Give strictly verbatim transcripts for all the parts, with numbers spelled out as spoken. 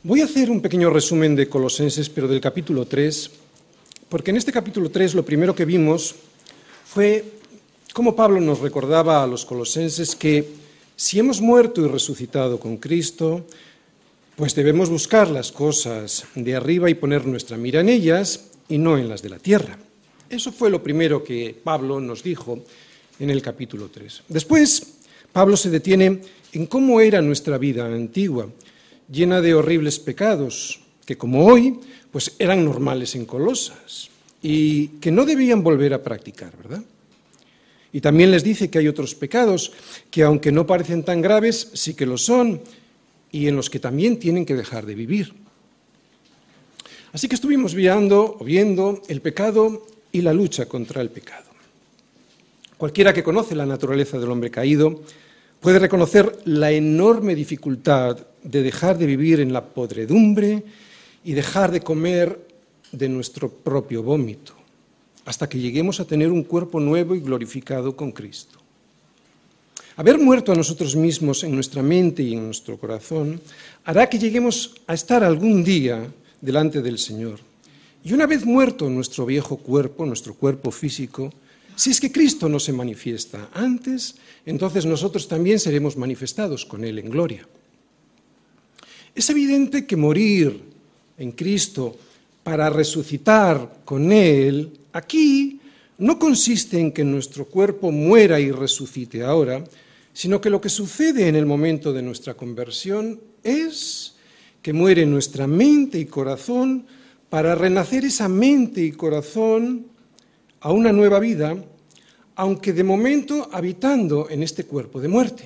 Voy a hacer un pequeño resumen de Colosenses, pero del capítulo tres, porque en este capítulo tres lo primero que vimos fue cómo Pablo nos recordaba a los colosenses que si hemos muerto y resucitado con Cristo, pues debemos buscar las cosas de arriba y poner nuestra mira en ellas y no en las de la tierra. Eso fue lo primero que Pablo nos dijo en el capítulo tres. Después, Pablo se detiene en cómo era nuestra vida antigua, llena de horribles pecados, que como hoy, pues eran normales en Colosas y que no debían volver a practicar, ¿verdad? Y también les dice que hay otros pecados que, aunque no parecen tan graves, sí que lo son y en los que también tienen que dejar de vivir. Así que estuvimos viendo, o viendo el pecado y la lucha contra el pecado. Cualquiera que conoce la naturaleza del hombre caído puede reconocer la enorme dificultad de dejar de vivir en la podredumbre y dejar de comer de nuestro propio vómito, hasta que lleguemos a tener un cuerpo nuevo y glorificado con Cristo. Haber muerto a nosotros mismos en nuestra mente y en nuestro corazón hará que lleguemos a estar algún día delante del Señor. Y una vez muerto nuestro viejo cuerpo, nuestro cuerpo físico, si es que Cristo no se manifiesta antes, entonces nosotros también seremos manifestados con Él en gloria. Es evidente que morir en Cristo para resucitar con Él, aquí no consiste en que nuestro cuerpo muera y resucite ahora, sino que lo que sucede en el momento de nuestra conversión es que muere nuestra mente y corazón para renacer esa mente y corazón a una nueva vida, aunque de momento habitando en este cuerpo de muerte.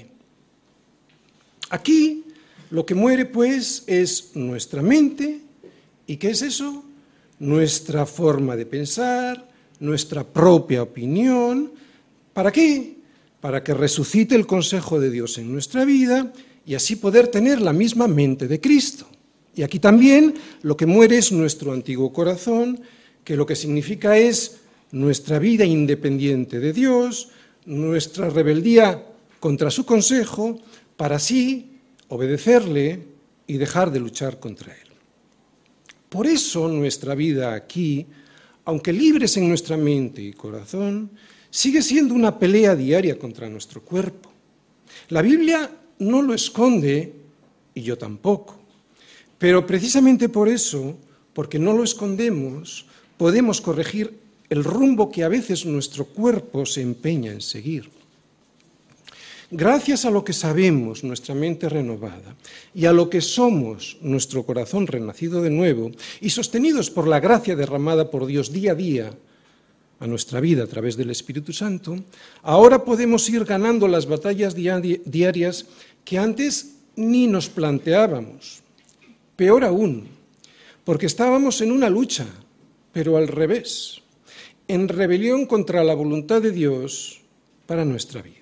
Aquí lo que muere, pues, es nuestra mente. ¿Y qué es eso? Nuestra forma de pensar, nuestra propia opinión. ¿Para qué? Para que resucite el consejo de Dios en nuestra vida y así poder tener la misma mente de Cristo. Y aquí también lo que muere es nuestro antiguo corazón, que lo que significa es nuestra vida independiente de Dios, nuestra rebeldía contra su consejo, para así obedecerle y dejar de luchar contra él. Por eso nuestra vida aquí, aunque libres en nuestra mente y corazón, sigue siendo una pelea diaria contra nuestro cuerpo. La Biblia no lo esconde, y yo tampoco, pero precisamente por eso, porque no lo escondemos, podemos corregir el rumbo que a veces nuestro cuerpo se empeña en seguir. Gracias a lo que sabemos, nuestra mente renovada, y a lo que somos, nuestro corazón renacido de nuevo, y sostenidos por la gracia derramada por Dios día a día a nuestra vida a través del Espíritu Santo, ahora podemos ir ganando las batallas diarias que antes ni nos planteábamos. Peor aún, porque estábamos en una lucha, pero al revés, en rebelión contra la voluntad de Dios para nuestra vida.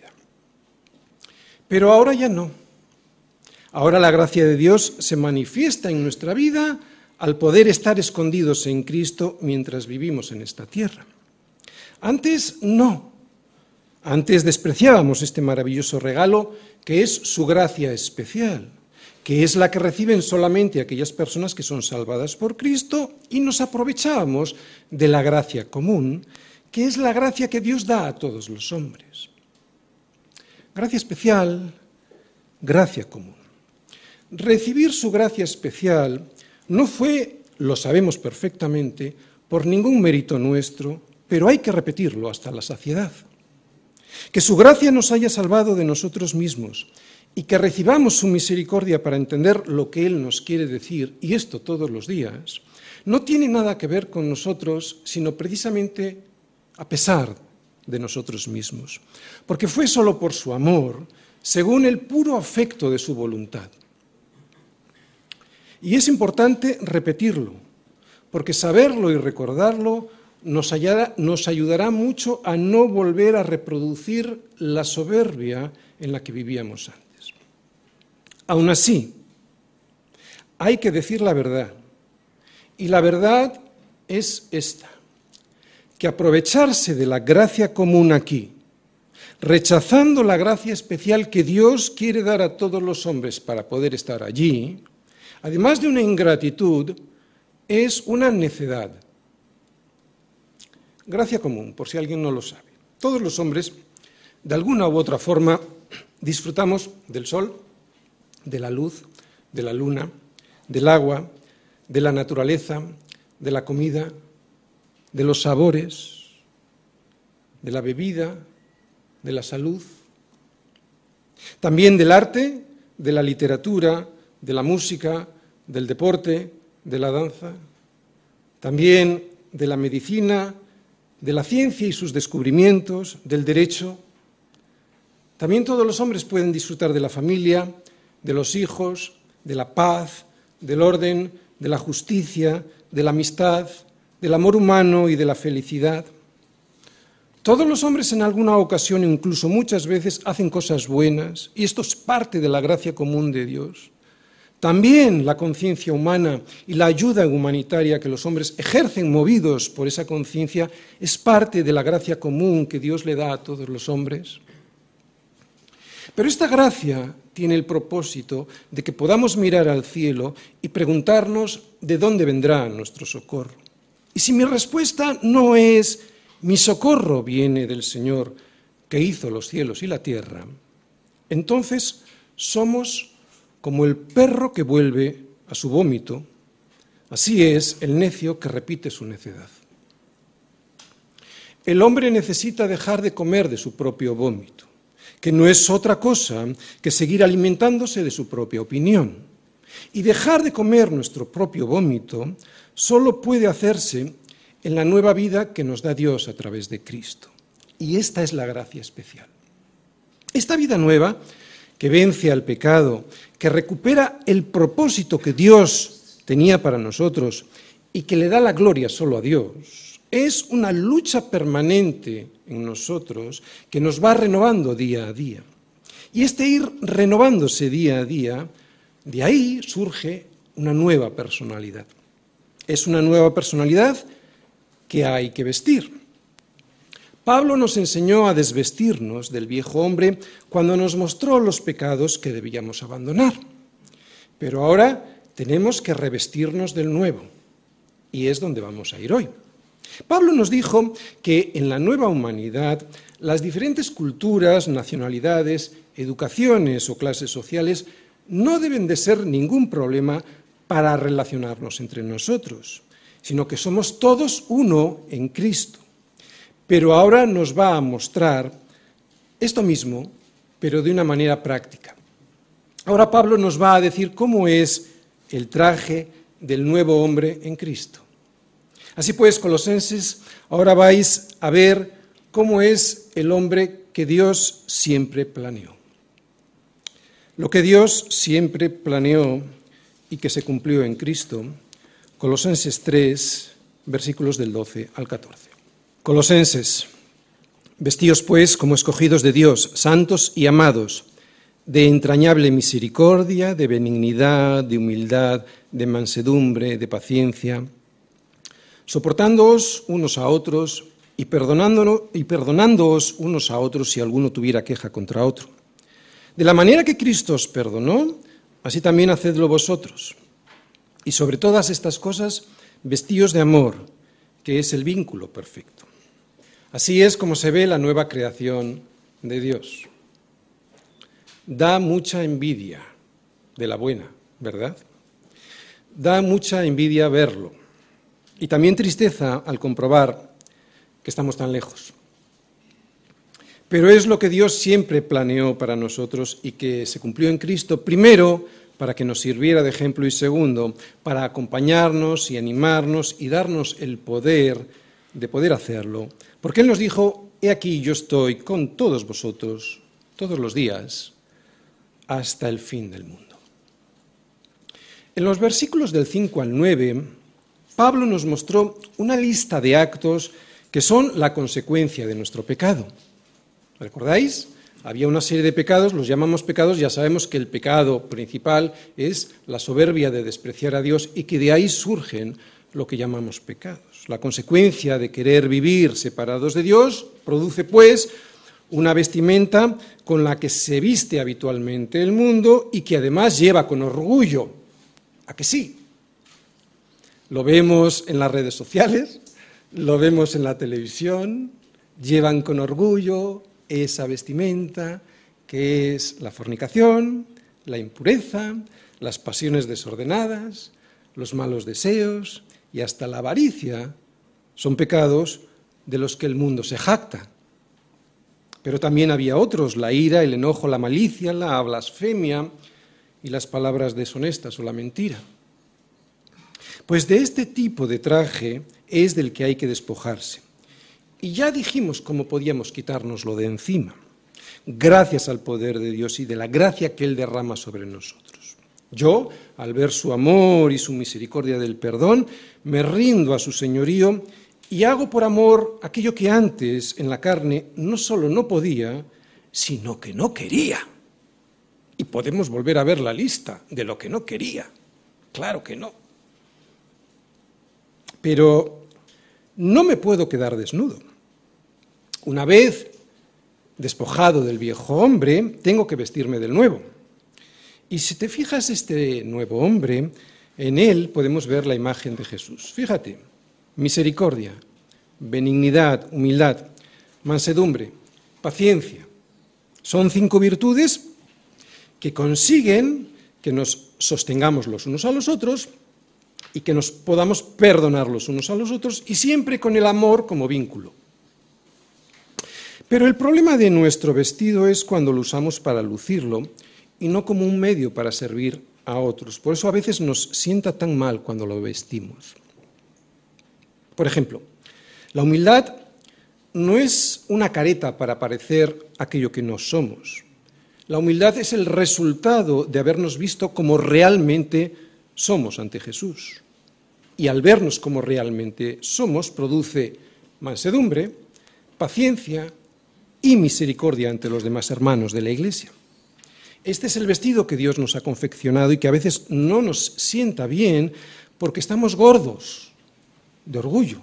Pero ahora ya no. Ahora la gracia de Dios se manifiesta en nuestra vida al poder estar escondidos en Cristo mientras vivimos en esta tierra. Antes no. Antes despreciábamos este maravilloso regalo que es su gracia especial, que es la que reciben solamente aquellas personas que son salvadas por Cristo, y nos aprovechábamos de la gracia común, que es la gracia que Dios da a todos los hombres. Gracia especial, gracia común. Recibir su gracia especial no fue, lo sabemos perfectamente, por ningún mérito nuestro, pero hay que repetirlo hasta la saciedad. Que su gracia nos haya salvado de nosotros mismos y que recibamos su misericordia para entender lo que Él nos quiere decir, y esto todos los días, no tiene nada que ver con nosotros, sino precisamente a pesar de nosotros mismos, porque fue solo por su amor, según el puro afecto de su voluntad. Y es importante repetirlo, porque saberlo y recordarlo nos ayudará, nos ayudará mucho a no volver a reproducir la soberbia en la que vivíamos antes. Aún así, hay que decir la verdad, y la verdad es esta: que aprovecharse de la gracia común aquí, rechazando la gracia especial que Dios quiere dar a todos los hombres para poder estar allí, además de una ingratitud, es una necedad. Gracia común, por si alguien no lo sabe. Todos los hombres, de alguna u otra forma, disfrutamos del sol, de la luz, de la luna, del agua, de la naturaleza, de la comida, de los sabores, de la bebida, de la salud, también del arte, de la literatura, de la música, del deporte, de la danza, también de la medicina, de la ciencia y sus descubrimientos, del derecho. También todos los hombres pueden disfrutar de la familia, de los hijos, de la paz, del orden, de la justicia, de la amistad, del amor humano y de la felicidad. Todos los hombres en alguna ocasión, incluso muchas veces, hacen cosas buenas, y esto es parte de la gracia común de Dios. También la conciencia humana y la ayuda humanitaria que los hombres ejercen movidos por esa conciencia es parte de la gracia común que Dios le da a todos los hombres. Pero esta gracia tiene el propósito de que podamos mirar al cielo y preguntarnos de dónde vendrá nuestro socorro. Y si mi respuesta no es mi socorro viene del Señor que hizo los cielos y la tierra, entonces somos como el perro que vuelve a su vómito, así es el necio que repite su necedad. El hombre necesita dejar de comer de su propio vómito, que no es otra cosa que seguir alimentándose de su propia opinión. Y dejar de comer nuestro propio vómito solo puede hacerse en la nueva vida que nos da Dios a través de Cristo. Y esta es la gracia especial. Esta vida nueva, que vence al pecado, que recupera el propósito que Dios tenía para nosotros y que le da la gloria solo a Dios, es una lucha permanente en nosotros que nos va renovando día a día. Y este ir renovándose día a día, de ahí surge una nueva personalidad. Es una nueva personalidad que hay que vestir. Pablo nos enseñó a desvestirnos del viejo hombre cuando nos mostró los pecados que debíamos abandonar. Pero ahora tenemos que revestirnos del nuevo, y es donde vamos a ir hoy. Pablo nos dijo que en la nueva humanidad las diferentes culturas, nacionalidades, educaciones o clases sociales no deben de ser ningún problema para relacionarnos entre nosotros, sino que somos todos uno en Cristo. Pero ahora nos va a mostrar esto mismo, pero de una manera práctica. Ahora Pablo nos va a decir cómo es el traje del nuevo hombre en Cristo. Así pues, Colosenses, ahora vais a ver cómo es el hombre que Dios siempre planeó. Lo que Dios siempre planeó y que se cumplió en Cristo, Colosenses tres, versículos del doce al catorce. Colosenses, vestíos pues como escogidos de Dios, santos y amados, de entrañable misericordia, de benignidad, de humildad, de mansedumbre, de paciencia, soportándoos unos a otros y perdonándonos, y perdonándoos unos a otros si alguno tuviera queja contra otro. De la manera que Cristo os perdonó, así también hacedlo vosotros. Y sobre todas estas cosas, vestíos de amor, que es el vínculo perfecto. Así es como se ve la nueva creación de Dios. Da mucha envidia de la buena, ¿verdad? Da mucha envidia verlo. Y también tristeza al comprobar que estamos tan lejos. Pero es lo que Dios siempre planeó para nosotros y que se cumplió en Cristo, primero para que nos sirviera de ejemplo y segundo, para acompañarnos y animarnos y darnos el poder de poder hacerlo. Porque Él nos dijo, he aquí yo estoy con todos vosotros todos los días hasta el fin del mundo. En los versículos del cinco al nueve, Pablo nos mostró una lista de actos que son la consecuencia de nuestro pecado. ¿Recordáis? Había una serie de pecados, los llamamos pecados, ya sabemos que el pecado principal es la soberbia de despreciar a Dios y que de ahí surgen lo que llamamos pecados. La consecuencia de querer vivir separados de Dios produce pues una vestimenta con la que se viste habitualmente el mundo y que además lleva con orgullo. ¿A que sí? Lo vemos en las redes sociales, lo vemos en la televisión, llevan con orgullo esa vestimenta que es la fornicación, la impureza, las pasiones desordenadas, los malos deseos y hasta la avaricia son pecados de los que el mundo se jacta. Pero también había otros, la ira, el enojo, la malicia, la blasfemia y las palabras deshonestas o la mentira. Pues de este tipo de traje es del que hay que despojarse. Y ya dijimos cómo podíamos quitárnoslo de encima, gracias al poder de Dios y de la gracia que Él derrama sobre nosotros. Yo, al ver su amor y su misericordia del perdón, me rindo a su señorío y hago por amor aquello que antes en la carne no solo no podía, sino que no quería. Y podemos volver a ver la lista de lo que no quería. Claro que no. Pero no me puedo quedar desnudo. Una vez despojado del viejo hombre, tengo que vestirme del nuevo. Y si te fijas, este nuevo hombre, en él podemos ver la imagen de Jesús. Fíjate, misericordia, benignidad, humildad, mansedumbre, paciencia. Son cinco virtudes que consiguen que nos sostengamos los unos a los otros y que nos podamos perdonar los unos a los otros, y siempre con el amor como vínculo. Pero el problema de nuestro vestido es cuando lo usamos para lucirlo y no como un medio para servir a otros. Por eso a veces nos sienta tan mal cuando lo vestimos. Por ejemplo, la humildad no es una careta para parecer aquello que no somos. La humildad es el resultado de habernos visto como realmente somos ante Jesús. Y al vernos como realmente somos, produce mansedumbre, paciencia y misericordia ante los demás hermanos de la Iglesia. Este es el vestido que Dios nos ha confeccionado y que a veces no nos sienta bien porque estamos gordos de orgullo.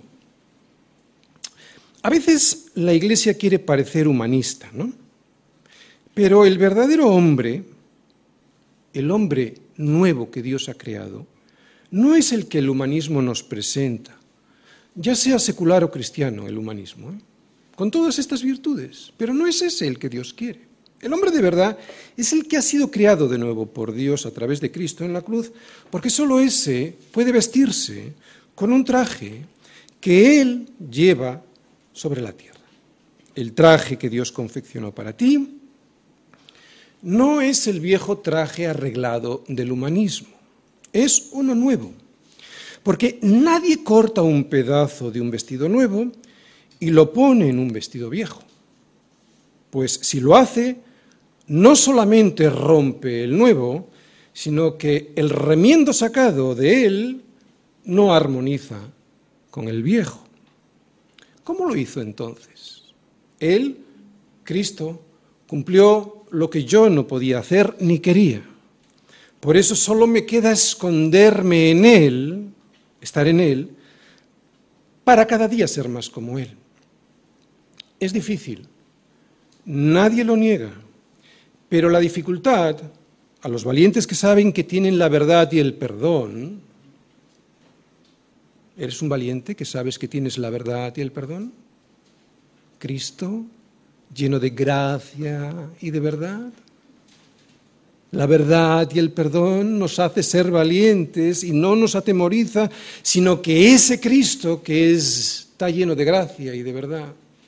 A veces la Iglesia quiere parecer humanista, ¿no? Pero el verdadero hombre, el hombre nuevo que Dios ha creado, no es el que el humanismo nos presenta, ya sea secular o cristiano el humanismo, ¿eh? Con todas estas virtudes, pero no es ese el que Dios quiere. El hombre de verdad es el que ha sido creado de nuevo por Dios a través de Cristo en la cruz, porque solo ese puede vestirse con un traje que Él lleva sobre la tierra. El traje que Dios confeccionó para ti no es el viejo traje arreglado del humanismo, es uno nuevo, porque nadie corta un pedazo de un vestido nuevo y lo pone en un vestido viejo, pues si lo hace, no solamente rompe el nuevo, sino que el remiendo sacado de él no armoniza con el viejo. ¿Cómo lo hizo entonces? Él, Cristo, cumplió lo que yo no podía hacer ni quería. Por eso solo me queda esconderme en Él, estar en Él, para cada día ser más como Él. Es difícil, nadie lo niega, pero la dificultad, a los valientes que saben que tienen la verdad y el perdón, ¿eres un valiente que sabes que tienes la verdad y el perdón? Cristo, lleno de gracia y de verdad. La verdad y el perdón nos hace ser valientes y no nos atemoriza, sino que ese Cristo que es, está lleno de gracia y de verdad,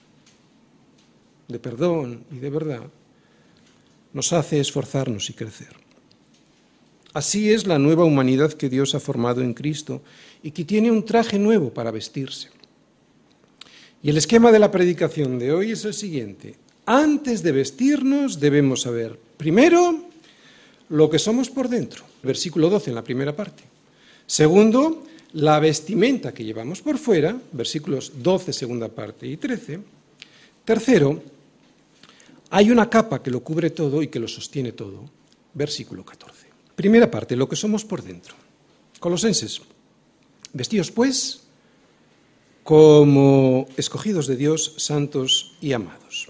de perdón y de verdad, nos hace esforzarnos y crecer. Así es la nueva humanidad que Dios ha formado en Cristo y que tiene un traje nuevo para vestirse. Y el esquema de la predicación de hoy es el siguiente. Antes de vestirnos debemos saber, primero, lo que somos por dentro, versículo doce en la primera parte. Segundo, la vestimenta que llevamos por fuera, versículos doce, segunda parte y trece. Tercero, hay una capa que lo cubre todo y que lo sostiene todo, versículo catorce. Primera parte, lo que somos por dentro. Colosenses, vestidos pues como escogidos de Dios, santos y amados.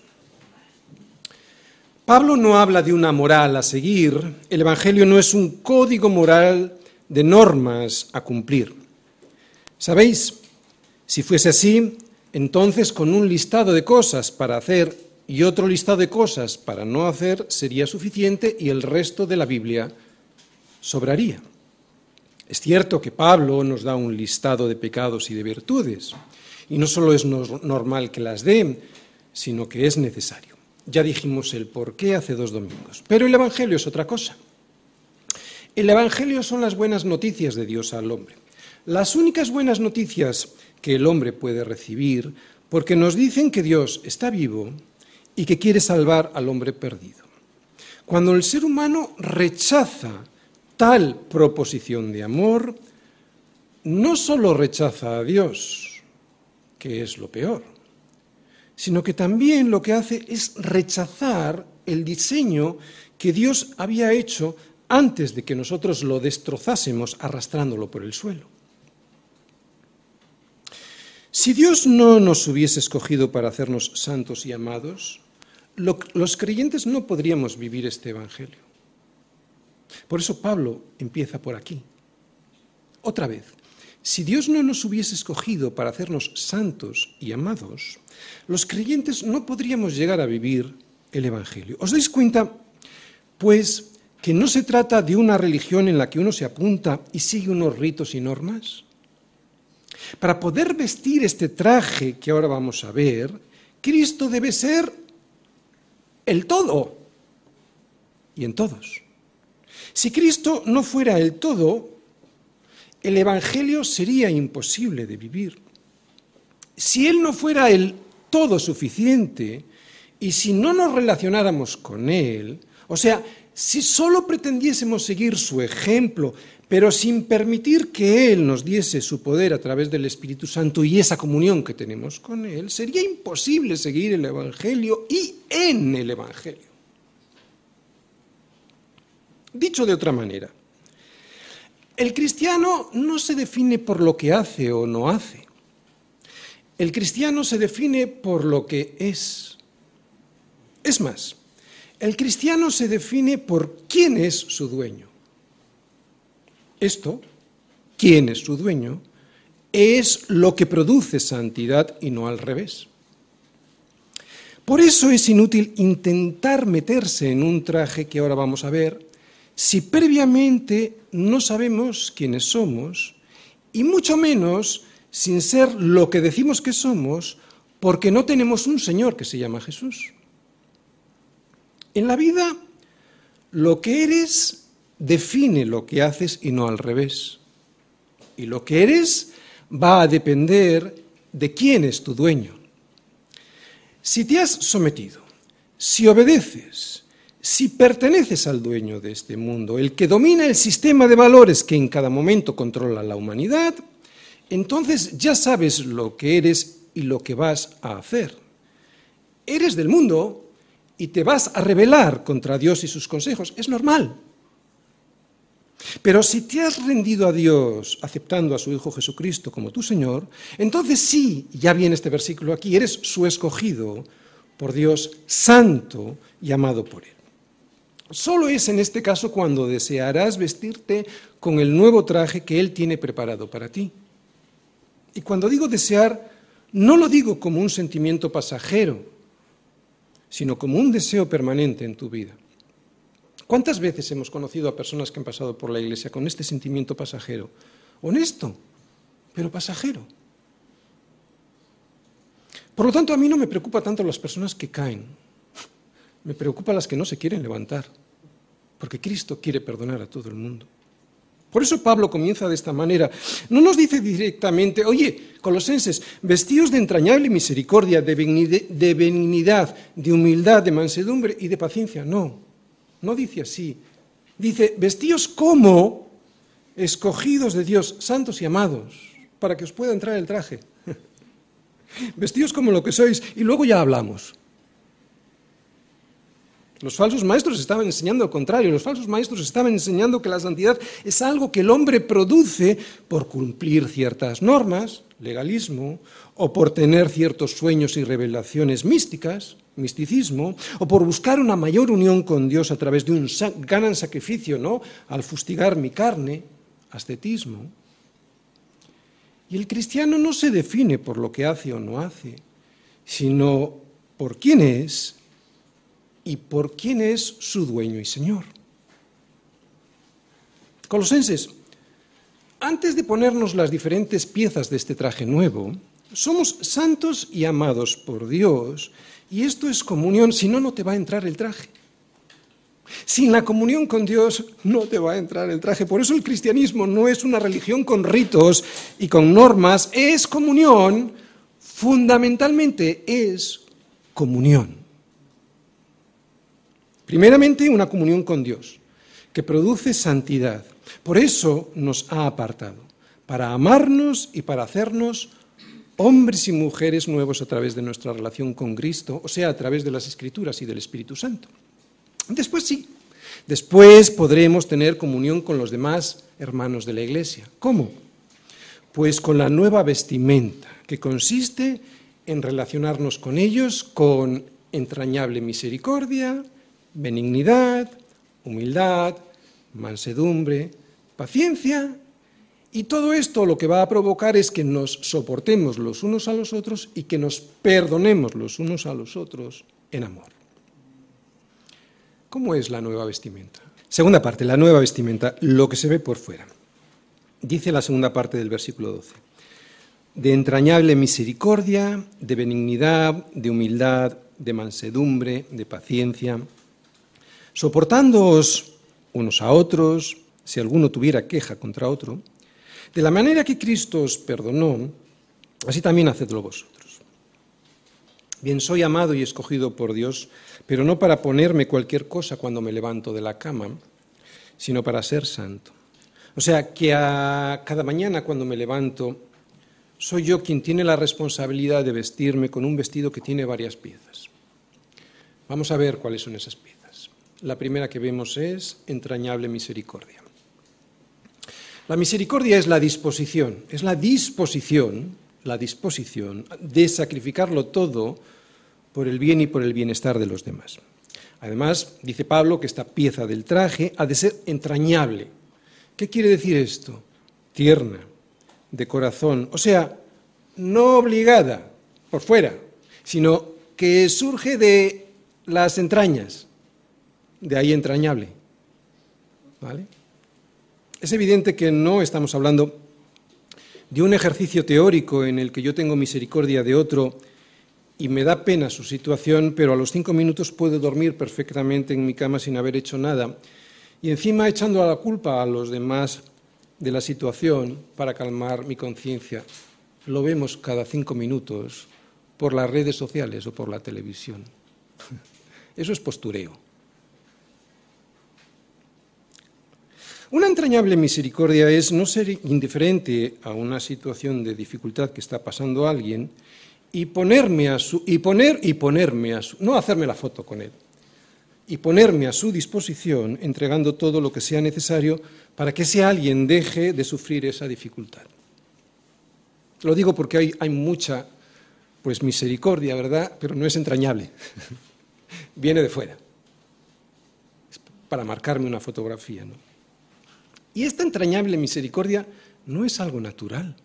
Pablo no habla de una moral a seguir, el Evangelio no es un código moral de normas a cumplir. ¿Sabéis? Si fuese así, entonces con un listado de cosas para hacer y otro listado de cosas para no hacer sería suficiente y el resto de la Biblia sobraría. Es cierto que Pablo nos da un listado de pecados y de virtudes, y no solo es normal que las dé, sino que es necesario. Ya dijimos el porqué hace dos domingos, pero el Evangelio es otra cosa. El Evangelio son las buenas noticias de Dios al hombre, las únicas buenas noticias que el hombre puede recibir, porque nos dicen que Dios está vivo y que quiere salvar al hombre perdido. Cuando el ser humano rechaza tal proposición de amor, no solo rechaza a Dios, que es lo peor, sino que también lo que hace es rechazar el diseño que Dios había hecho antes de que nosotros lo destrozásemos arrastrándolo por el suelo. Si Dios no nos hubiese escogido para hacernos santos y amados, lo, los creyentes no podríamos vivir este Evangelio. Por eso Pablo empieza por aquí. Otra vez, si Dios no nos hubiese escogido para hacernos santos y amados, los creyentes no podríamos llegar a vivir el Evangelio. ¿Os dais cuenta, pues, que no se trata de una religión en la que uno se apunta y sigue unos ritos y normas? Para poder vestir este traje que ahora vamos a ver, Cristo debe ser el todo y en todos. Si Cristo no fuera el todo, el Evangelio sería imposible de vivir. Si Él no fuera el todo suficiente y si no nos relacionáramos con Él, o sea, si solo pretendiésemos seguir su ejemplo, pero sin permitir que Él nos diese su poder a través del Espíritu Santo y esa comunión que tenemos con Él, sería imposible seguir el Evangelio y en el Evangelio. Dicho de otra manera, el cristiano no se define por lo que hace o no hace. El cristiano se define por lo que es. Es más, el cristiano se define por quién es su dueño. Esto, quién es su dueño, es lo que produce santidad y no al revés. Por eso es inútil intentar meterse en un traje que ahora vamos a ver, si previamente no sabemos quiénes somos, y mucho menos sin ser lo que decimos que somos, porque no tenemos un Señor que se llama Jesús. En la vida, lo que eres define lo que haces y no al revés. Y lo que eres va a depender de quién es tu dueño. Si te has sometido, si obedeces, si perteneces al dueño de este mundo, el que domina el sistema de valores que en cada momento controla la humanidad, entonces ya sabes lo que eres y lo que vas a hacer. Eres del mundo y te vas a rebelar contra Dios y sus consejos. Es normal. Pero si te has rendido a Dios aceptando a su Hijo Jesucristo como tu Señor, entonces sí, ya viene este versículo aquí, eres su escogido por Dios, santo y amado por Él. Solo es en este caso cuando desearás vestirte con el nuevo traje que Él tiene preparado para ti. Y cuando digo desear, no lo digo como un sentimiento pasajero, sino como un deseo permanente en tu vida. ¿Cuántas veces hemos conocido a personas que han pasado por la iglesia con este sentimiento pasajero? Honesto, pero pasajero. Por lo tanto, a mí no me preocupa tanto las personas que caen. Me preocupan las que no se quieren levantar, porque Cristo quiere perdonar a todo el mundo. Por eso Pablo comienza de esta manera. No nos dice directamente, oye, colosenses, vestíos de entrañable misericordia, de benignidad, de humildad, de mansedumbre y de paciencia. No, no dice así. Dice, vestíos como escogidos de Dios, santos y amados, para que os pueda entrar el traje. Vestíos como lo que sois, y luego ya hablamos. Los falsos maestros estaban enseñando al contrario, los falsos maestros estaban enseñando que la santidad es algo que el hombre produce por cumplir ciertas normas, legalismo, o por tener ciertos sueños y revelaciones místicas, misticismo, o por buscar una mayor unión con Dios a través de un gran sacrificio, ¿no? Al fustigar mi carne, ascetismo. Y el cristiano no se define por lo que hace o no hace, sino por quién es y por quién es su dueño y Señor. Colosenses, antes de ponernos las diferentes piezas de este traje nuevo, somos santos y amados por Dios, y esto es comunión, si no, no te va a entrar el traje. Sin la comunión con Dios no te va a entrar el traje. Por eso el cristianismo no es una religión con ritos y con normas, es comunión, fundamentalmente es comunión. Primeramente, una comunión con Dios, que produce santidad. Por eso nos ha apartado, para amarnos y para hacernos hombres y mujeres nuevos a través de nuestra relación con Cristo, o sea, a través de las Escrituras y del Espíritu Santo. Después sí, después podremos tener comunión con los demás hermanos de la Iglesia. ¿Cómo? Pues con la nueva vestimenta, que consiste en relacionarnos con ellos con entrañable misericordia, benignidad, humildad, mansedumbre, paciencia, y todo esto lo que va a provocar es que nos soportemos los unos a los otros y que nos perdonemos los unos a los otros en amor. ¿Cómo es la nueva vestimenta? Segunda parte, la nueva vestimenta, lo que se ve por fuera. Dice la segunda parte del versículo doce. De entrañable misericordia, de benignidad, de humildad, de mansedumbre, de paciencia, soportándoos unos a otros, si alguno tuviera queja contra otro, de la manera que Cristo os perdonó, así también hacedlo vosotros. Bien, soy amado y escogido por Dios, pero no para ponerme cualquier cosa cuando me levanto de la cama, sino para ser santo. O sea, que a cada mañana cuando me levanto, soy yo quien tiene la responsabilidad de vestirme con un vestido que tiene varias piezas. Vamos a ver cuáles son esas piezas. La primera que vemos es entrañable misericordia. La misericordia es la disposición, es la disposición, la disposición de sacrificarlo todo por el bien y por el bienestar de los demás. Además, dice Pablo que esta pieza del traje ha de ser entrañable. ¿Qué quiere decir esto? Tierna, de corazón, o sea, no obligada por fuera, sino que surge de las entrañas, de ahí entrañable. ¿Vale? Es evidente que no estamos hablando de un ejercicio teórico en el que yo tengo misericordia de otro y me da pena su situación, pero a los cinco minutos puedo dormir perfectamente en mi cama sin haber hecho nada, y encima echando a la culpa a los demás de la situación para calmar mi conciencia. Lo vemos cada cinco minutos por las redes sociales o por la televisión. Eso es postureo. Una entrañable misericordia es no ser indiferente a una situación de dificultad que está pasando a alguien y ponerme a su y poner y ponerme a su no hacerme la foto con él y ponerme a su disposición entregando todo lo que sea necesario para que ese alguien deje de sufrir esa dificultad. Lo digo porque hay, hay mucha pues misericordia, ¿verdad? Pero no es entrañable. Viene de fuera. Es para marcarme una fotografía, ¿no? Y esta entrañable misericordia no es algo natural.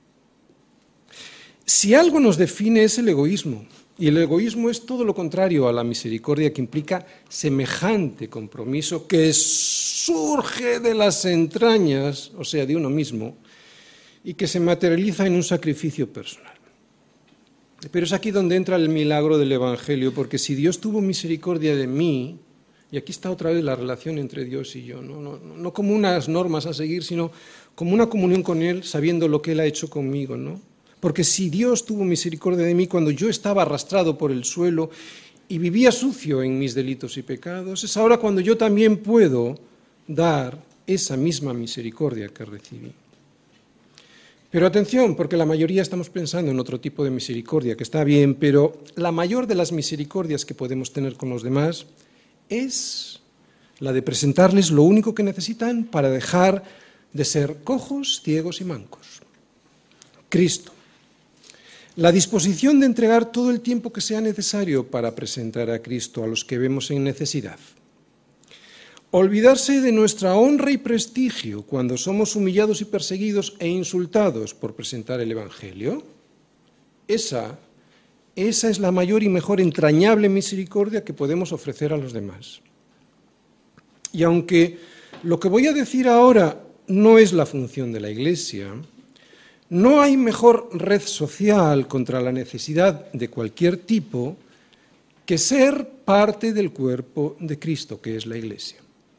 Si algo nos define es el egoísmo, y el egoísmo es todo lo contrario a la misericordia, que implica semejante compromiso que surge de las entrañas, o sea, de uno mismo, y que se materializa en un sacrificio personal. Pero es aquí donde entra el milagro del Evangelio, porque si Dios tuvo misericordia de mí, y aquí está otra vez la relación entre Dios y yo, no, no, no como unas normas a seguir, sino como una comunión con Él, sabiendo lo que Él ha hecho conmigo, ¿no? Porque si Dios tuvo misericordia de mí cuando yo estaba arrastrado por el suelo y vivía sucio en mis delitos y pecados, es ahora cuando yo también puedo dar esa misma misericordia que recibí. Pero atención, porque la mayoría estamos pensando en otro tipo de misericordia, que está bien, pero la mayor de las misericordias que podemos tener con los demás es la de presentarles lo único que necesitan para dejar de ser cojos, ciegos y mancos. Cristo. La disposición de entregar todo el tiempo que sea necesario para presentar a Cristo a los que vemos en necesidad. Olvidarse de nuestra honra y prestigio cuando somos humillados y perseguidos e insultados por presentar el Evangelio. Esa, esa es la mayor y mejor entrañable misericordia que podemos ofrecer a los demás. Y aunque lo que voy a decir ahora no es la función de la Iglesia, no hay mejor red social contra la necesidad de cualquier tipo que ser parte del cuerpo de Cristo, que es la Iglesia.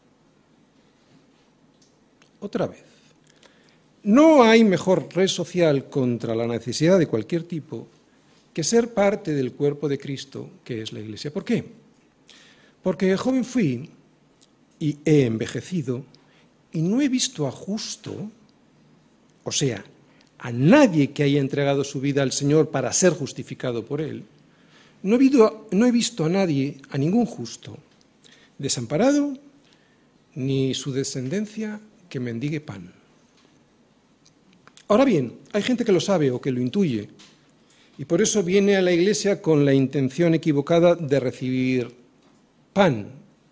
Otra vez, no hay mejor red social contra la necesidad de cualquier tipo que ser parte del cuerpo de Cristo, que es la Iglesia. ¿Por qué? Porque joven fui y he envejecido y no he visto a justo, o sea, a nadie que haya entregado su vida al Señor para ser justificado por Él. No he visto, no he visto a nadie, a ningún justo, desamparado, ni su descendencia que mendigue pan. Ahora bien, hay gente que lo sabe o que lo intuye, y por eso viene a la Iglesia con la intención equivocada de recibir pan,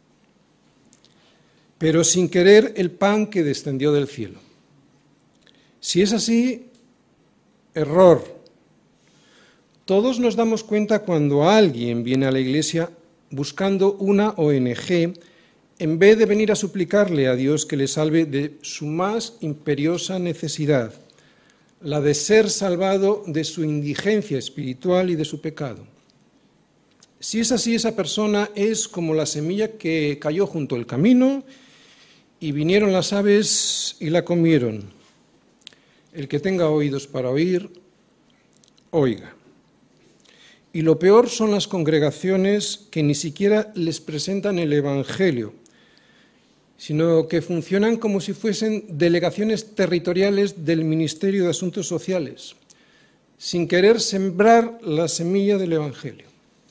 pero sin querer el pan que descendió del cielo. Si es así, error. Todos nos damos cuenta cuando alguien viene a la Iglesia buscando una O N G en vez de venir a suplicarle a Dios que le salve de su más imperiosa necesidad, la de ser salvado de su indigencia espiritual y de su pecado. Si es así, esa persona es como la semilla que cayó junto al camino y vinieron las aves y la comieron. El que tenga oídos para oír, oiga. Y lo peor son las congregaciones que ni siquiera les presentan el Evangelio, sino que funcionan como si fuesen delegaciones territoriales del Ministerio de Asuntos Sociales, sin querer sembrar la semilla del Evangelio.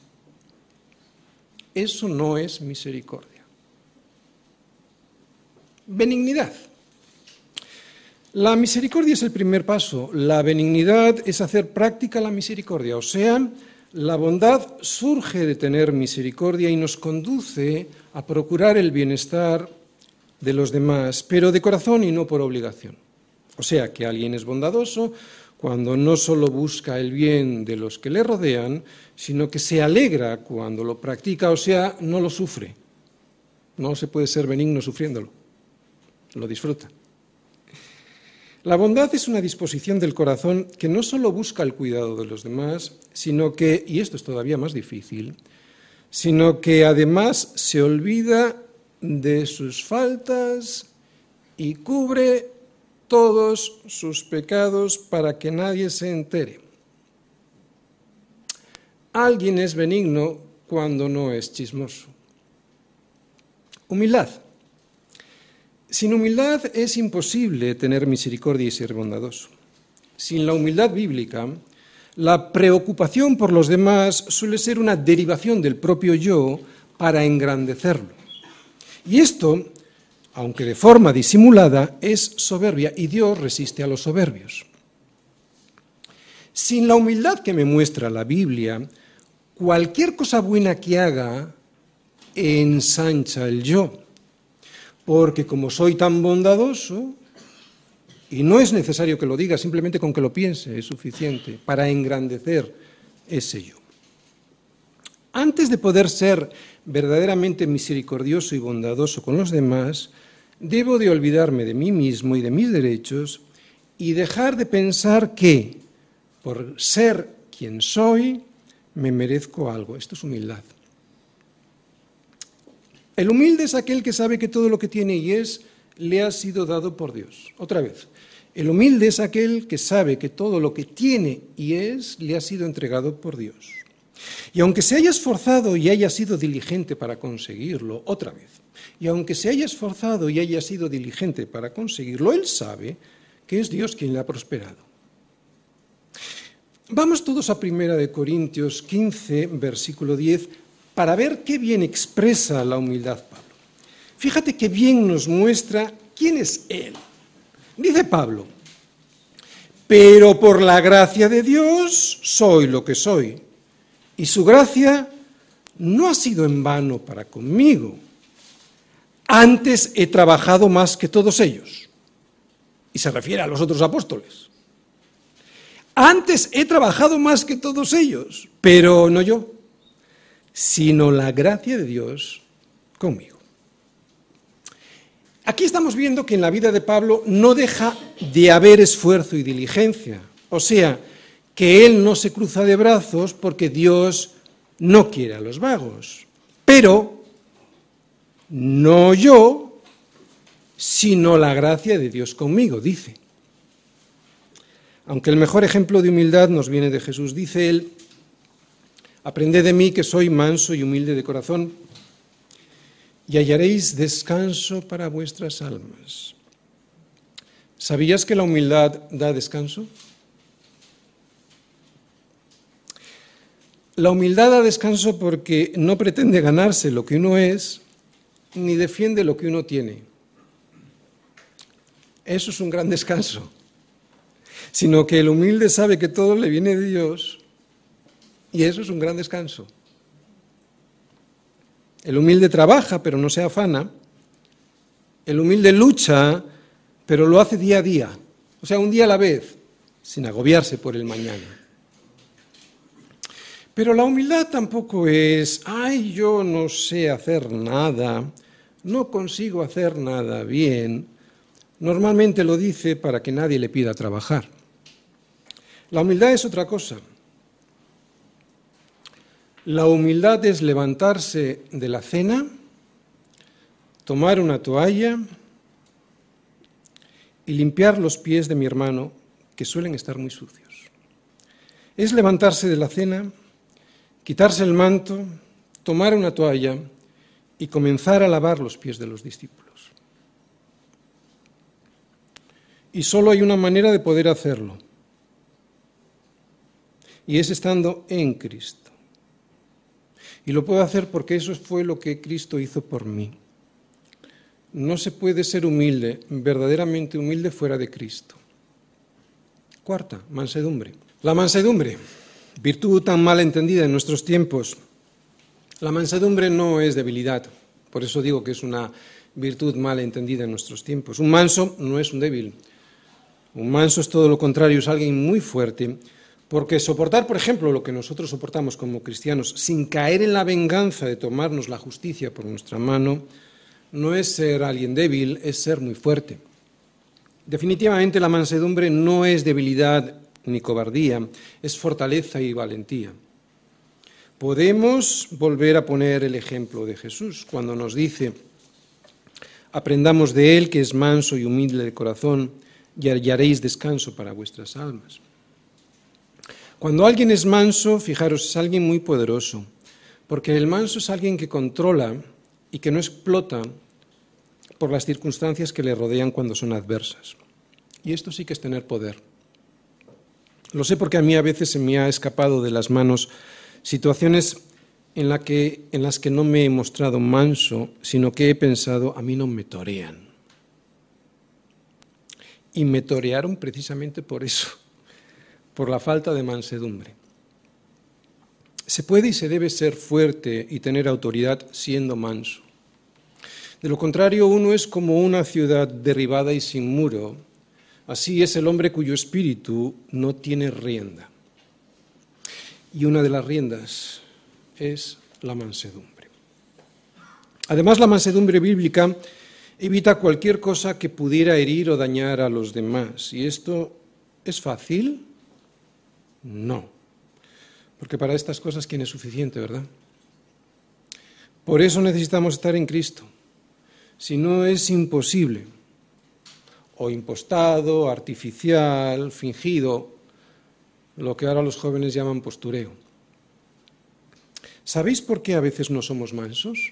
Eso no es misericordia. Benignidad. La misericordia es el primer paso. La benignidad es hacer práctica la misericordia, o sea, la bondad surge de tener misericordia y nos conduce a procurar el bienestar de los demás, pero de corazón y no por obligación. O sea, que alguien es bondadoso cuando no solo busca el bien de los que le rodean, sino que se alegra cuando lo practica, o sea, no lo sufre. No se puede ser benigno sufriéndolo, lo disfruta. La bondad es una disposición del corazón que no solo busca el cuidado de los demás, sino que, y esto es todavía más difícil, sino que además se olvida de sus faltas y cubre todos sus pecados para que nadie se entere. Alguien es benigno cuando no es chismoso. Humildad. Sin humildad es imposible tener misericordia y ser bondadoso. Sin la humildad bíblica, la preocupación por los demás suele ser una derivación del propio yo para engrandecerlo. Y esto, aunque de forma disimulada, es soberbia y Dios resiste a los soberbios. Sin la humildad que me muestra la Biblia, cualquier cosa buena que haga ensancha el yo. Porque como soy tan bondadoso, y no es necesario que lo diga, simplemente con que lo piense es suficiente para engrandecer ese yo. Antes de poder ser verdaderamente misericordioso y bondadoso con los demás, debo de olvidarme de mí mismo y de mis derechos y dejar de pensar que, por ser quien soy, me merezco algo. Esto es humildad. El humilde es aquel que sabe que todo lo que tiene y es le ha sido dado por Dios. Otra vez, el humilde es aquel que sabe que todo lo que tiene y es le ha sido entregado por Dios. Y aunque se haya esforzado y haya sido diligente para conseguirlo, otra vez, y aunque se haya esforzado y haya sido diligente para conseguirlo, él sabe que es Dios quien le ha prosperado. Vamos todos a primera de Corintios quince, versículo diez, para ver qué bien expresa la humildad Pablo. Fíjate qué bien nos muestra quién es él. Dice Pablo, pero por la gracia de Dios soy lo que soy, y su gracia no ha sido en vano para conmigo. antes he trabajado más que todos ellos. Y se refiere a los otros apóstoles. Antes he trabajado más que todos ellos, pero no yo, sino la gracia de Dios conmigo. Aquí estamos viendo que en la vida de Pablo no deja de haber esfuerzo y diligencia, o sea, que él no se cruza de brazos porque Dios no quiere a los vagos, pero no yo, sino la gracia de Dios conmigo, dice. Aunque el mejor ejemplo de humildad nos viene de Jesús, dice él, aprended de mí que soy manso y humilde de corazón, y hallaréis descanso para vuestras almas. ¿Sabías que la humildad da descanso? La humildad da descanso porque no pretende ganarse lo que uno es, ni defiende lo que uno tiene. Eso es un gran descanso. Sino que el humilde sabe que todo le viene de Dios, y eso es un gran descanso. El humilde trabaja, pero no se afana. El humilde lucha, pero lo hace día a día. O sea, un día a la vez, sin agobiarse por el mañana. Pero la humildad tampoco es, ay, yo no sé hacer nada, no consigo hacer nada bien. Normalmente lo dice para que nadie le pida trabajar. La humildad es otra cosa. La humildad es levantarse de la cena, tomar una toalla y limpiar los pies de mi hermano, que suelen estar muy sucios. Es levantarse de la cena, quitarse el manto, tomar una toalla y comenzar a lavar los pies de los discípulos. Y solo hay una manera de poder hacerlo, y es estando en Cristo. Y lo puedo hacer porque eso fue lo que Cristo hizo por mí. No se puede ser humilde, verdaderamente humilde, fuera de Cristo. Cuarta, mansedumbre. La mansedumbre, virtud tan mal entendida en nuestros tiempos. La mansedumbre no es debilidad, por eso digo que es una virtud mal entendida en nuestros tiempos. Un manso no es un débil. Un manso es todo lo contrario, es alguien muy fuerte. Porque soportar, por ejemplo, lo que nosotros soportamos como cristianos, sin caer en la venganza de tomarnos la justicia por nuestra mano, no es ser alguien débil, es ser muy fuerte. Definitivamente la mansedumbre no es debilidad ni cobardía, es fortaleza y valentía. Podemos volver a poner el ejemplo de Jesús cuando nos dice, aprendamos de él que es manso y humilde de corazón y hallaréis descanso para vuestras almas. Cuando alguien es manso, fijaros, es alguien muy poderoso, porque el manso es alguien que controla y que no explota por las circunstancias que le rodean cuando son adversas. Y esto sí que es tener poder. Lo sé porque a mí a veces se me ha escapado de las manos situaciones en, la que, en las que no me he mostrado manso, sino que he pensado, a mí no me torean. Y me torearon precisamente por eso. Por la falta de mansedumbre. Se puede y se debe ser fuerte y tener autoridad siendo manso. De lo contrario, uno es como una ciudad derribada y sin muro. Así es el hombre cuyo espíritu no tiene rienda. Y una de las riendas es la mansedumbre. Además, la mansedumbre bíblica evita cualquier cosa que pudiera herir o dañar a los demás. ¿Y esto es fácil? No, porque para estas cosas ¿quién es suficiente, verdad? Por eso necesitamos estar en Cristo. Si no, es imposible, o impostado, artificial, fingido, lo que ahora los jóvenes llaman postureo. ¿Sabéis por qué a veces no somos mansos?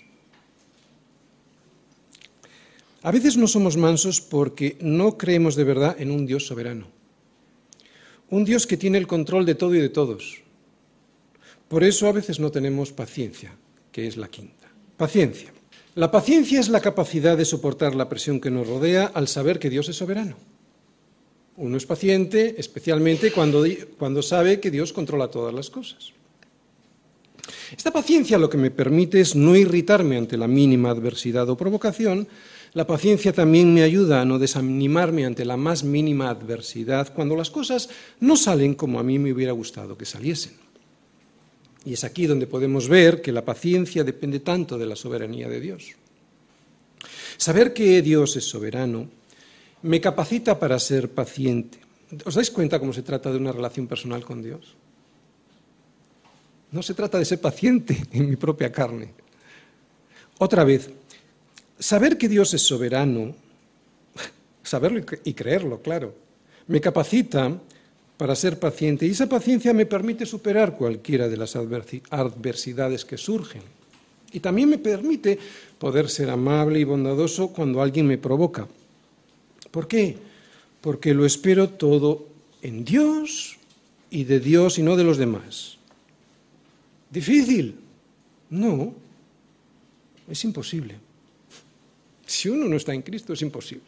A veces no somos mansos porque no creemos de verdad en un Dios soberano. Un Dios que tiene el control de todo y de todos. Por eso a veces no tenemos paciencia, que es la quinta. Paciencia. La paciencia es la capacidad de soportar la presión que nos rodea al saber que Dios es soberano. Uno es paciente, especialmente cuando, cuando sabe que Dios controla todas las cosas. Esta paciencia lo que me permite es no irritarme ante la mínima adversidad o provocación. La paciencia también me ayuda a no desanimarme ante la más mínima adversidad cuando las cosas no salen como a mí me hubiera gustado que saliesen. Y es aquí donde podemos ver que la paciencia depende tanto de la soberanía de Dios. Saber que Dios es soberano me capacita para ser paciente. ¿Os dais cuenta cómo se trata de una relación personal con Dios? No se trata de ser paciente en mi propia carne. Otra vez, saber que Dios es soberano, saberlo y creerlo, claro, me capacita para ser paciente, y esa paciencia me permite superar cualquiera de las adversidades que surgen. Y también me permite poder ser amable y bondadoso cuando alguien me provoca. ¿Por qué? Porque lo espero todo en Dios y de Dios y no de los demás. ¿Difícil? No, es imposible. Si uno no está en Cristo es imposible.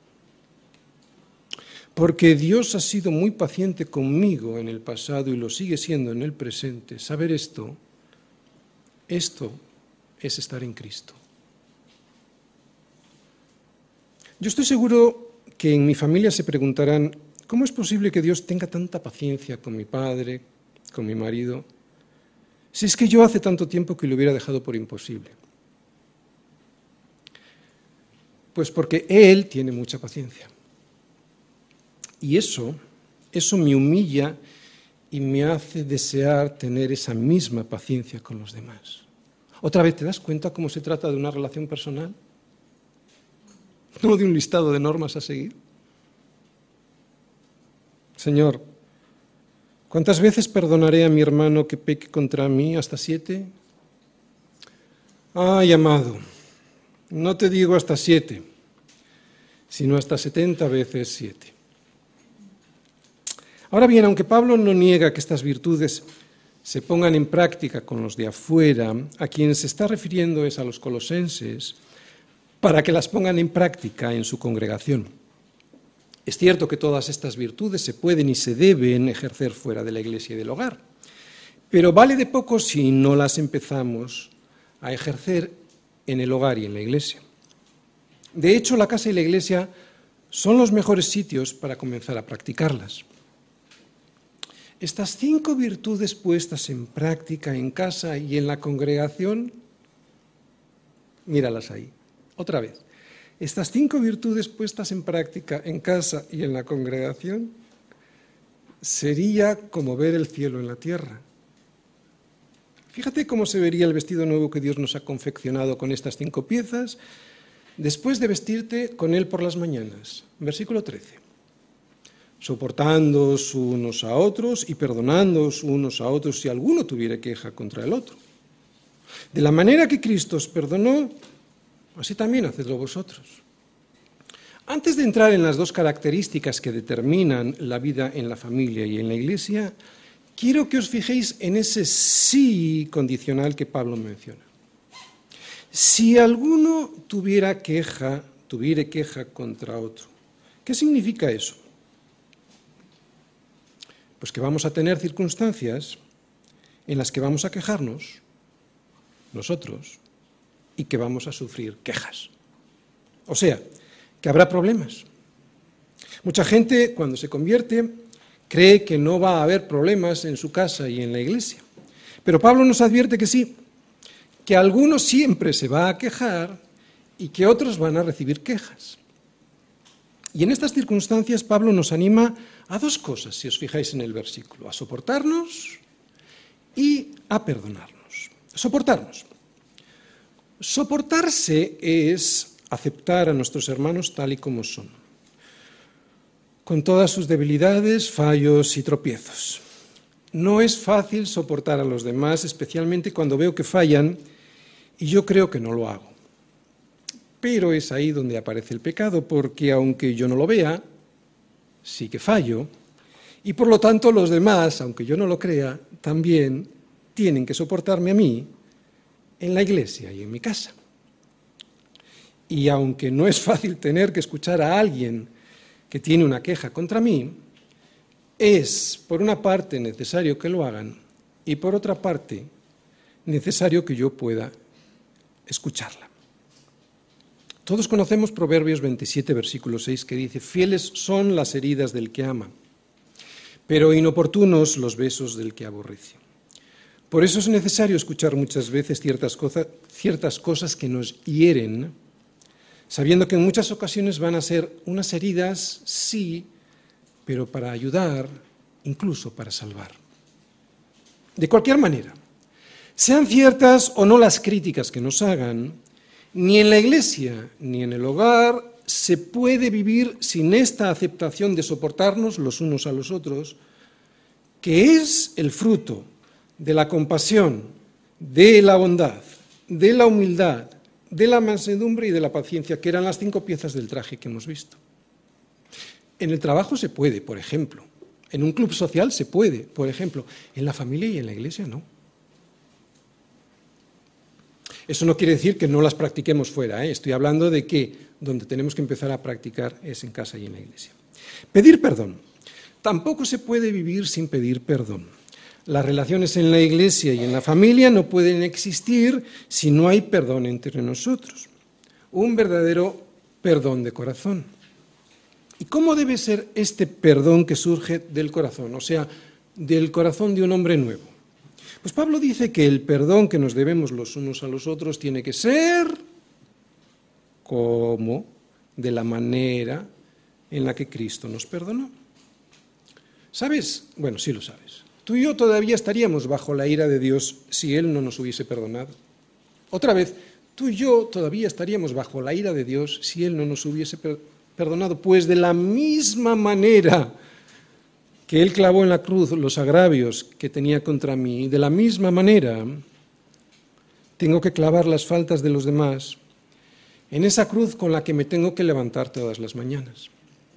Porque Dios ha sido muy paciente conmigo en el pasado y lo sigue siendo en el presente. Saber esto, esto es estar en Cristo. Yo estoy seguro que en mi familia se preguntarán, ¿cómo es posible que Dios tenga tanta paciencia con mi padre, con mi marido, si es que yo hace tanto tiempo que lo hubiera dejado por imposible? Pues porque Él tiene mucha paciencia. Y eso, eso me humilla y me hace desear tener esa misma paciencia con los demás. Otra vez, ¿te das cuenta cómo se trata de una relación personal? No de un listado de normas a seguir. Señor, ¿cuántas veces perdonaré a mi hermano que peque contra mí? ¿Hasta siete? Ay, amado, no te digo hasta siete, sino hasta setenta veces siete. Ahora bien, aunque Pablo no niega que estas virtudes se pongan en práctica con los de afuera, a quien se está refiriendo es a los colosenses, para que las pongan en práctica en su congregación. Es cierto que todas estas virtudes se pueden y se deben ejercer fuera de la iglesia y del hogar, pero vale de poco si no las empezamos a ejercer en el hogar y en la iglesia. De hecho, la casa y la iglesia son los mejores sitios para comenzar a practicarlas. Estas cinco virtudes puestas en práctica en casa y en la congregación, míralas ahí, otra vez. Estas cinco virtudes puestas en práctica en casa y en la congregación sería como ver el cielo en la tierra. Fíjate cómo se vería el vestido nuevo que Dios nos ha confeccionado con estas cinco piezas después de vestirte con él por las mañanas. Versículo trece. Soportándoos unos a otros y perdonándoos unos a otros si alguno tuviera queja contra el otro. De la manera que Cristo os perdonó, así también hacedlo vosotros. Antes de entrar en las dos características que determinan la vida en la familia y en la iglesia, quiero que os fijéis en ese sí condicional que Pablo menciona. Si alguno tuviera queja, tuviera queja contra otro, ¿qué significa eso? Pues que vamos a tener circunstancias en las que vamos a quejarnos nosotros y que vamos a sufrir quejas. O sea, que habrá problemas. Mucha gente, cuando se convierte, cree que no va a haber problemas en su casa y en la iglesia. Pero Pablo nos advierte que sí, que alguno siempre se va a quejar y que otros van a recibir quejas. Y en estas circunstancias Pablo nos anima a dos cosas, si os fijáis en el versículo, a soportarnos y a perdonarnos. Soportarnos. Soportarse es aceptar a nuestros hermanos tal y como son, con todas sus debilidades, fallos y tropiezos. No es fácil soportar a los demás, especialmente cuando veo que fallan y yo creo que no lo hago. Pero es ahí donde aparece el pecado, porque aunque yo no lo vea, sí que fallo, y por lo tanto los demás, aunque yo no lo crea, también tienen que soportarme a mí en la iglesia y en mi casa. Y aunque no es fácil tener que escuchar a alguien que tiene una queja contra mí, es por una parte necesario que lo hagan y por otra parte necesario que yo pueda escucharla. Todos conocemos Proverbios veintisiete, versículo seis, que dice: fieles son las heridas del que ama, pero inoportunos los besos del que aborrece. Por eso es necesario escuchar muchas veces ciertas cosas, ciertas cosas que nos hieren, sabiendo que en muchas ocasiones van a ser unas heridas, sí, pero para ayudar, incluso para salvar. De cualquier manera, sean ciertas o no las críticas que nos hagan, ni en la iglesia ni en el hogar se puede vivir sin esta aceptación de soportarnos los unos a los otros, que es el fruto de la compasión, de la bondad, de la humildad, de la mansedumbre y de la paciencia, que eran las cinco piezas del traje que hemos visto. En el trabajo se puede, por ejemplo. En un club social se puede, por ejemplo. En la familia y en la iglesia no. Eso no quiere decir que no las practiquemos fuera, ¿eh? Estoy hablando de que donde tenemos que empezar a practicar es en casa y en la iglesia. Pedir perdón. Tampoco se puede vivir sin pedir perdón. Las relaciones en la iglesia y en la familia no pueden existir si no hay perdón entre nosotros. Un verdadero perdón de corazón. ¿Y cómo debe ser este perdón que surge del corazón? O sea, del corazón de un hombre nuevo. Pues Pablo dice que el perdón que nos debemos los unos a los otros tiene que ser como de la manera en la que Cristo nos perdonó. ¿Sabes? Bueno, sí lo sabes. Tú y yo todavía estaríamos bajo la ira de Dios si Él no nos hubiese perdonado. Otra vez, tú y yo todavía estaríamos bajo la ira de Dios si Él no nos hubiese perdonado. Pues de la misma manera que Él clavó en la cruz los agravios que tenía contra mí, de la misma manera tengo que clavar las faltas de los demás en esa cruz con la que me tengo que levantar todas las mañanas.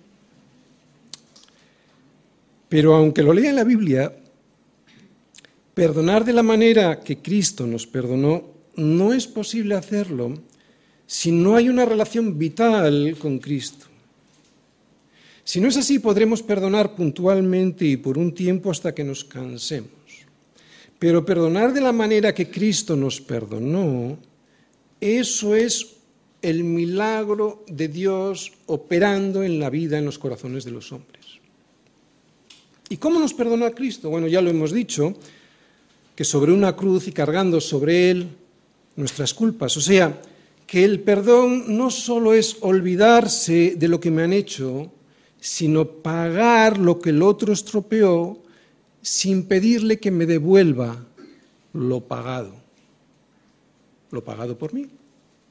Pero aunque lo lea en la Biblia, perdonar de la manera que Cristo nos perdonó no es posible hacerlo si no hay una relación vital con Cristo. Si no es así, podremos perdonar puntualmente y por un tiempo hasta que nos cansemos. Pero perdonar de la manera que Cristo nos perdonó, eso es el milagro de Dios operando en la vida, en los corazones de los hombres. ¿Y cómo nos perdonó a Cristo? Bueno, ya lo hemos dicho, que sobre una cruz y cargando sobre Él nuestras culpas. O sea, que el perdón no solo es olvidarse de lo que me han hecho, sino pagar lo que el otro estropeó sin pedirle que me devuelva lo pagado, lo pagado por mí.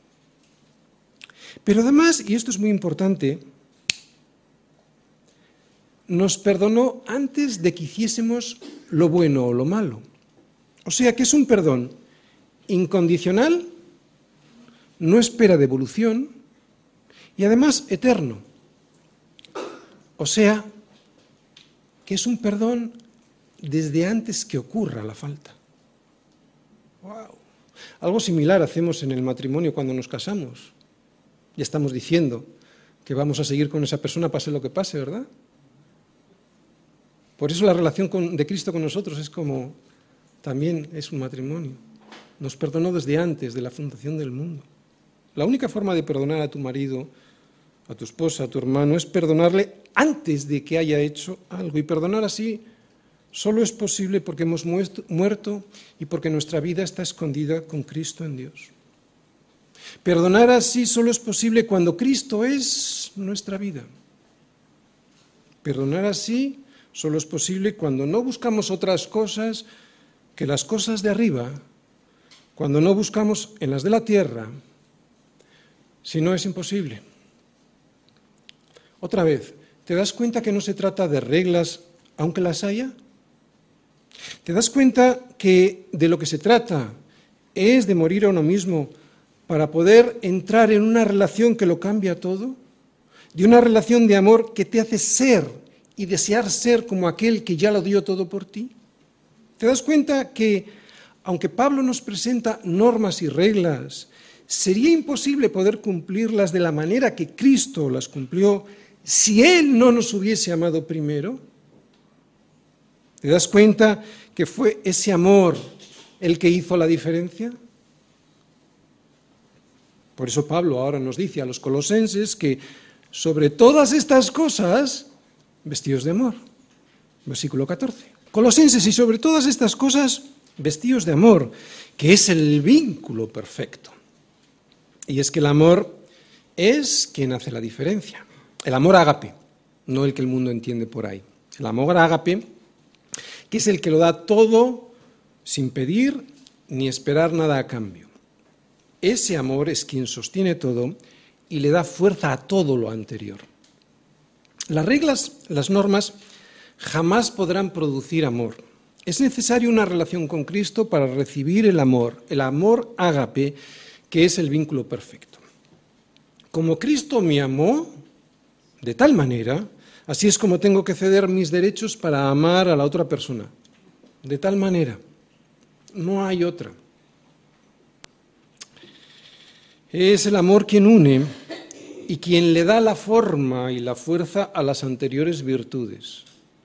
Pero además, y esto es muy importante, nos perdonó antes de que hiciésemos lo bueno o lo malo. O sea que es un perdón incondicional, no espera devolución y además eterno. O sea que es un perdón desde antes que ocurra la falta. ¡Wow! Algo similar hacemos en el matrimonio cuando nos casamos. Ya estamos diciendo que vamos a seguir con esa persona pase lo que pase, ¿verdad? Por eso la relación con, de Cristo con nosotros es como, también es un matrimonio. Nos perdonó desde antes de la fundación del mundo. La única forma de perdonar a tu marido, a tu esposa, a tu hermano, es perdonarle antes de que haya hecho algo. Y perdonar así solo es posible porque hemos muerto y porque nuestra vida está escondida con Cristo en Dios. Perdonar así solo es posible cuando Cristo es nuestra vida. Perdonar así solo es posible cuando no buscamos otras cosas que las cosas de arriba, cuando no buscamos en las de la tierra, si no es imposible. Otra vez, ¿te das cuenta que no se trata de reglas, aunque las haya? ¿Te das cuenta que de lo que se trata es de morir a uno mismo para poder entrar en una relación que lo cambia todo? De una relación de amor que te hace ser y desear ser como aquel que ya lo dio todo por ti. ¿Te das cuenta que, aunque Pablo nos presenta normas y reglas, sería imposible poder cumplirlas de la manera que Cristo las cumplió si Él no nos hubiese amado primero? ¿Te das cuenta que fue ese amor el que hizo la diferencia? Por eso Pablo ahora nos dice a los colosenses que sobre todas estas cosas, vestidos de amor. Versículo catorce. Colosenses, y sobre todas estas cosas, vestidos de amor, que es el vínculo perfecto. Y es que el amor es quien hace la diferencia. El amor ágape, no el que el mundo entiende por ahí. El amor ágape, que es el que lo da todo sin pedir ni esperar nada a cambio. Ese amor es quien sostiene todo y le da fuerza a todo lo anterior. Las reglas, las normas, jamás podrán producir amor. Es necesaria una relación con Cristo para recibir el amor, el amor ágape, que es el vínculo perfecto. Como Cristo me amó de tal manera, así es como tengo que ceder mis derechos para amar a la otra persona. De tal manera. No hay otra. Es el amor quien une y quien le da la forma y la fuerza a las anteriores virtudes.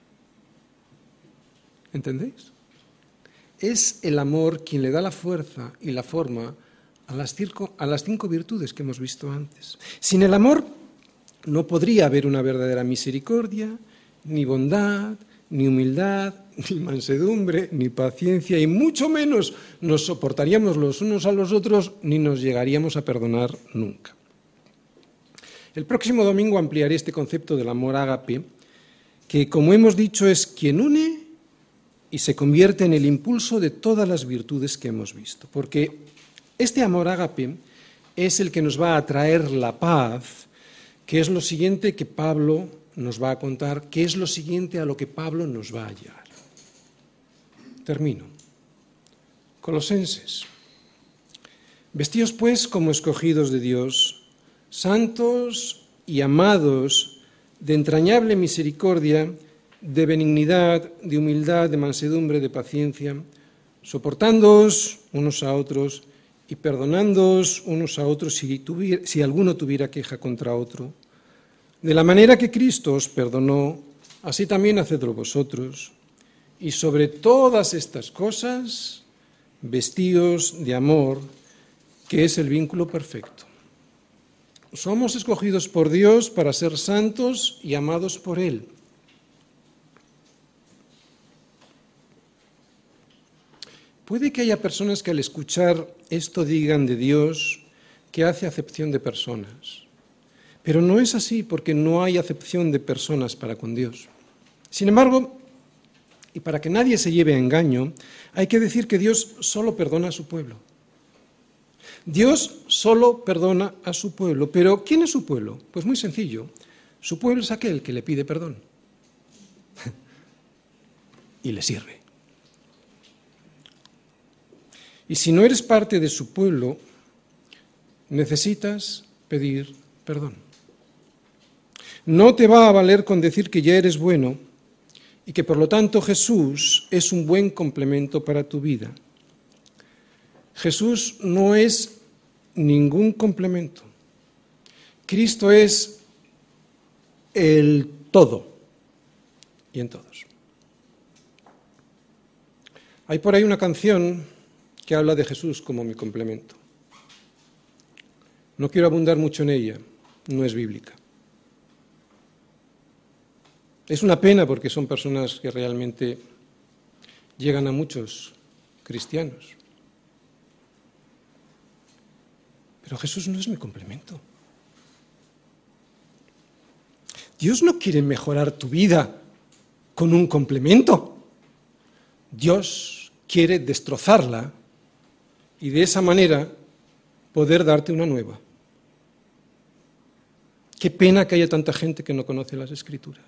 ¿Entendéis? Es el amor quien le da la fuerza y la forma a las, circo, a las cinco virtudes que hemos visto antes. Sin el amor no podría haber una verdadera misericordia, ni bondad, ni humildad, ni mansedumbre, ni paciencia, y mucho menos nos soportaríamos los unos a los otros, ni nos llegaríamos a perdonar nunca. El próximo domingo ampliaré este concepto del amor ágape, que, como hemos dicho, es quien une y se convierte en el impulso de todas las virtudes que hemos visto. Porque este amor ágape es el que nos va a traer la paz, que es lo siguiente que Pablo nos va a contar, que es lo siguiente a lo que Pablo nos va a llevar. Termino. Colosenses. Vestíos pues como escogidos de Dios, santos y amados, de entrañable misericordia, de benignidad, de humildad, de mansedumbre, de paciencia, soportándoos unos a otros y perdonándoos unos a otros si, tuviera, si alguno tuviera queja contra otro. De la manera que Cristo os perdonó, así también hacedlo vosotros. Y sobre todas estas cosas, vestíos de amor, que es el vínculo perfecto. Somos escogidos por Dios para ser santos y amados por Él. Puede que haya personas que al escuchar esto digan de Dios que hace acepción de personas. Pero no es así, porque no hay acepción de personas para con Dios. Sin embargo, y para que nadie se lleve a engaño, hay que decir que Dios solo perdona a su pueblo. Dios solo perdona a su pueblo. Pero ¿quién es su pueblo? Pues muy sencillo. Su pueblo es aquel que le pide perdón. Y le sirve. Y si no eres parte de su pueblo, necesitas pedir perdón. No te va a valer con decir que ya eres bueno y que por lo tanto Jesús es un buen complemento para tu vida. Jesús no es ningún complemento. Cristo es el todo y en todos. Hay por ahí una canción que habla de Jesús como mi complemento. No quiero abundar mucho en ella, no es bíblica. Es una pena porque son personas que realmente llegan a muchos cristianos. Pero Jesús no es mi complemento. Dios no quiere mejorar tu vida con un complemento. Dios quiere destrozarla y de esa manera poder darte una nueva. Qué pena que haya tanta gente que no conoce las Escrituras.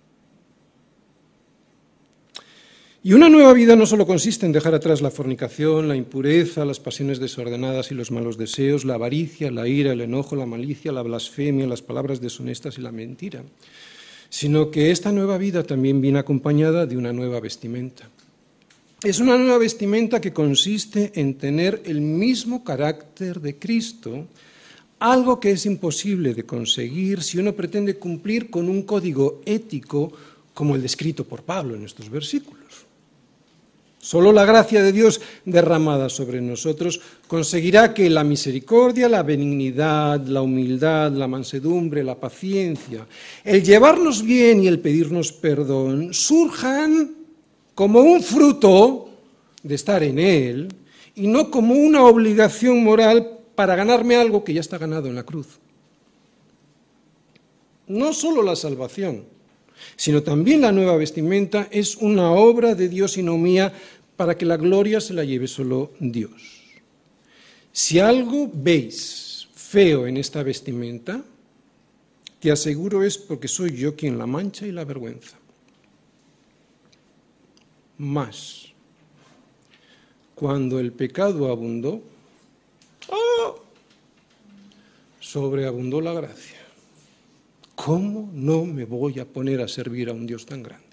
Y una nueva vida no solo consiste en dejar atrás la fornicación, la impureza, las pasiones desordenadas y los malos deseos, la avaricia, la ira, el enojo, la malicia, la blasfemia, las palabras deshonestas y la mentira, sino que esta nueva vida también viene acompañada de una nueva vestimenta. Es una nueva vestimenta que consiste en tener el mismo carácter de Cristo, algo que es imposible de conseguir si uno pretende cumplir con un código ético como el descrito por Pablo en estos versículos. Solo la gracia de Dios derramada sobre nosotros conseguirá que la misericordia, la benignidad, la humildad, la mansedumbre, la paciencia, el llevarnos bien y el pedirnos perdón surjan como un fruto de estar en Él y no como una obligación moral para ganarme algo que ya está ganado en la cruz. No solo la salvación, sino también la nueva vestimenta es una obra de Dios y no mía, para que la gloria se la lleve solo Dios. Si algo veis feo en esta vestimenta, te aseguro es porque soy yo quien la mancha y la avergüenza. Mas, cuando el pecado abundó, ¡oh!, sobreabundó la gracia. ¿Cómo no me voy a poner a servir a un Dios tan grande?